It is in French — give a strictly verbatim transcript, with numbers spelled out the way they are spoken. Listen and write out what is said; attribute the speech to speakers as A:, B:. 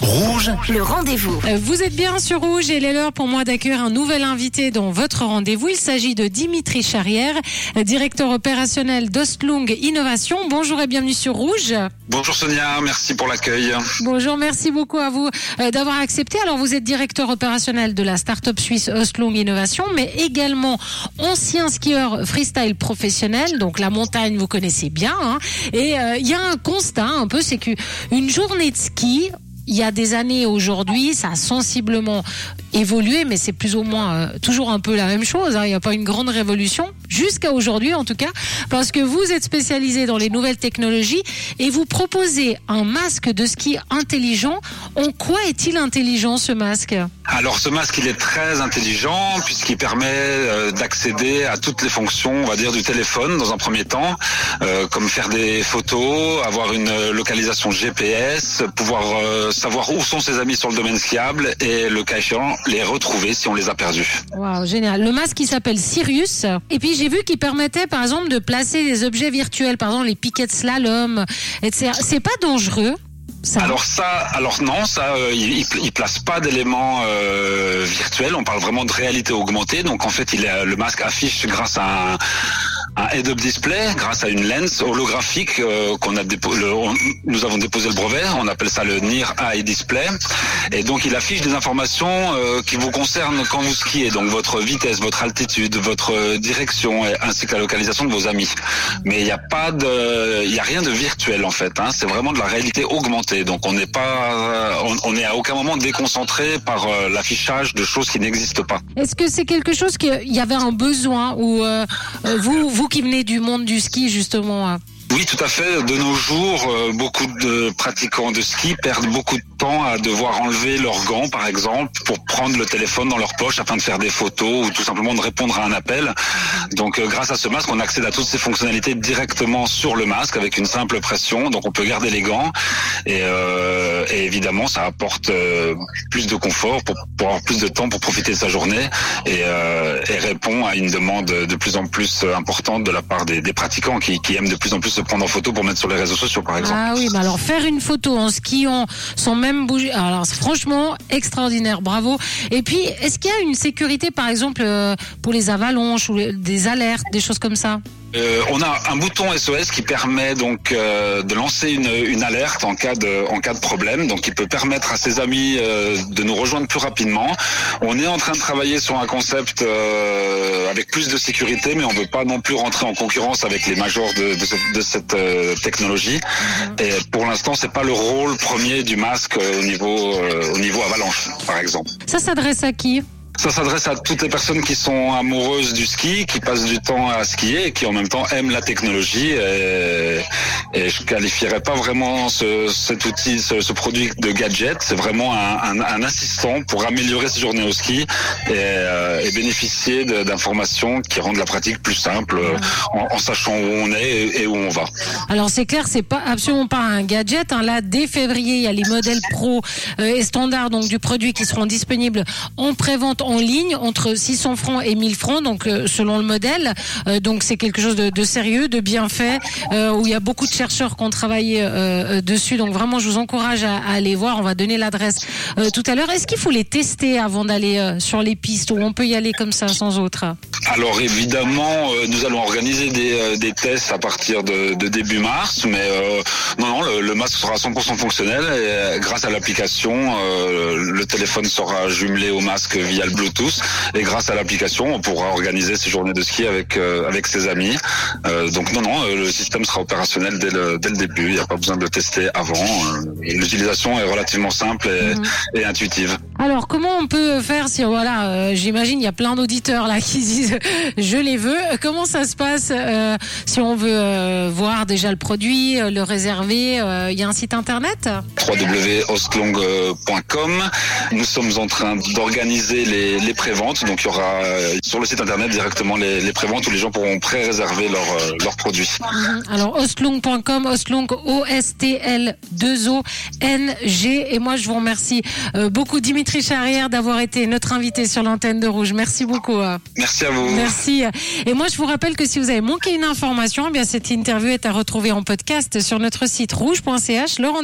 A: Rouge, le rendez-vous.
B: Vous êtes bien sur Rouge et il est l'heure pour moi d'accueillir un nouvel invité dans votre rendez-vous. Il s'agit de Dimitri Charrière, directeur opérationnel d'Ostlung Innovation. Bonjour et bienvenue sur Rouge.
C: Bonjour Sonia, merci pour l'accueil.
B: Bonjour, merci beaucoup à vous d'avoir accepté. Alors vous êtes directeur opérationnel de la start-up suisse Ostlung Innovation, mais également ancien skieur freestyle professionnel. Donc la montagne, vous connaissez bien. Hein. Et il euh, y a un constat un peu, c'est qu'une journée de ski, il y a des années aujourd'hui, ça a sensiblement évolué, mais c'est plus ou moins euh, toujours un peu la même chose. Hein. Il n'y a pas une grande révolution, jusqu'à aujourd'hui en tout cas, parce que vous êtes spécialisé dans les nouvelles technologies et vous proposez un masque de ski intelligent. En quoi est-il intelligent ce masque ?
C: Alors ce masque, il est très intelligent puisqu'il permet euh, d'accéder à toutes les fonctions, on va dire, du téléphone dans un premier temps, euh, comme faire des photos, avoir une localisation G P S, pouvoir euh, savoir où sont ses amis sur le domaine skiable et le cas échéant, les retrouver si on les a perdus.
B: Waouh, génial. Le masque, il s'appelle Sirius. Et puis j'ai vu qu'il permettait par exemple de placer des objets virtuels, par exemple les piquets de slalom, et cetera. C'est pas dangereux? Ça.
C: Alors ça, alors non, ça, euh, il, il place pas d'éléments euh, virtuels. On parle vraiment de réalité augmentée. Donc en fait, il est, le masque affiche grâce à un, un head-up display, grâce à une lens holographique euh, qu'on a dépo- le, on, nous avons déposé le brevet. On appelle ça le Near Eye Display. Et donc il affiche des informations euh, qui vous concernent quand vous skiez. Donc votre vitesse, votre altitude, votre direction, et, ainsi que la localisation de vos amis. Mais il n'y a pas de, il y a rien de virtuel en fait. Hein. C'est vraiment de la réalité augmentée. Donc on n'est pas, on n'est à aucun moment déconcentré par euh, l'affichage de choses qui n'existent pas.
B: Est-ce que c'est quelque chose qu'il y avait un besoin ou euh, vous, vous qui venez du monde du ski justement hein.
C: Oui, tout à fait. De nos jours, euh, beaucoup de pratiquants de ski perdent beaucoup de temps à devoir enlever leurs gants, par exemple, pour prendre le téléphone dans leur poche afin de faire des photos ou tout simplement de répondre à un appel. Donc, euh, grâce à ce masque, on accède à toutes ces fonctionnalités directement sur le masque avec une simple pression. Donc, on peut garder les gants et, euh, et évidemment, ça apporte euh, plus de confort pour, pour avoir plus de temps pour profiter de sa journée et, euh, et répond à une demande de plus en plus importante de la part des, des pratiquants qui, qui aiment de plus en plus se prendre en photo pour mettre sur les réseaux sociaux, par exemple.
B: Ah oui, mais alors faire une photo en skiant sans même bouger, alors c'est franchement extraordinaire, bravo. Et puis, est-ce qu'il y a une sécurité, par exemple, euh, pour les avalanches ou les, des alertes, des choses comme ça ?
C: Euh, on a un bouton S O S qui permet donc euh, de lancer une, une alerte en cas de en cas de problème, donc il peut permettre à ses amis euh, de nous rejoindre plus rapidement. On est en train de travailler sur un concept euh, avec plus de sécurité, mais on veut pas non plus rentrer en concurrence avec les majors de, de, cette, de cette euh, technologie. Mmh. Et pour l'instant, c'est pas le rôle premier du masque euh, au niveau euh, au niveau avalanche, par exemple.
B: Ça s'adresse à qui ?
C: Ça s'adresse à toutes les personnes qui sont amoureuses du ski, qui passent du temps à skier et qui en même temps aiment la technologie. Et, et je qualifierais pas vraiment ce, cet outil, ce, ce produit de gadget. C'est vraiment un, un, un assistant pour améliorer ses journées au ski et, euh, et bénéficier de, d'informations qui rendent la pratique plus simple en, en sachant où on est et, et où on va.
B: Alors c'est clair, c'est pas absolument pas un gadget. Hein. Là, dès février, il y a les modèles pro euh, et standard donc du produit qui seront disponibles en prévente en ligne entre six cents francs et mille francs, donc euh, selon le modèle. Euh, donc c'est quelque chose de, de sérieux, de bien fait, euh, où il y a beaucoup de chercheurs qui ont travaillé euh, dessus. Donc vraiment, je vous encourage à, à aller voir. On va donner l'adresse euh, tout à l'heure. Est-ce qu'il faut les tester avant d'aller euh, sur les pistes ou on peut y aller comme ça sans autre ?
C: Alors évidemment, euh, nous allons organiser des, euh, des tests à partir de, de début mars, mais euh, non, non, le, le masque sera cent pour cent fonctionnel et euh, grâce à l'application, euh, le téléphone sera jumelé au masque via le Bluetooth et grâce à l'application, on pourra organiser ses journées de ski avec euh, avec ses amis. Euh, donc non, non, le système sera opérationnel dès le dès le début. Il n'y a pas besoin de le tester avant. Euh, l'utilisation est relativement simple et, mmh. et intuitive.
B: Alors comment on peut faire si voilà, euh, j'imagine il y a plein d'auditeurs là qui disent je les veux. Comment ça se passe euh, si on veut euh, voir déjà le produit, euh, le réserver? Il euh, y a un site internet
C: w w w point ostlung point com. Nous sommes en train d'organiser les Les, les préventes, donc il y aura euh, sur le site internet directement les, les préventes où les gens pourront pré-réserver leurs euh, leurs produits.
B: Mmh. Alors ostlung point com, Ostlung O S T L deux O N G et moi je vous remercie euh, beaucoup Dimitri Charrière d'avoir été notre invité sur l'antenne de Rouge. Merci beaucoup.
C: Merci à vous.
B: Merci. Et moi je vous rappelle que si vous avez manqué une information, eh bien cette interview est à retrouver en podcast sur notre site rouge point c h.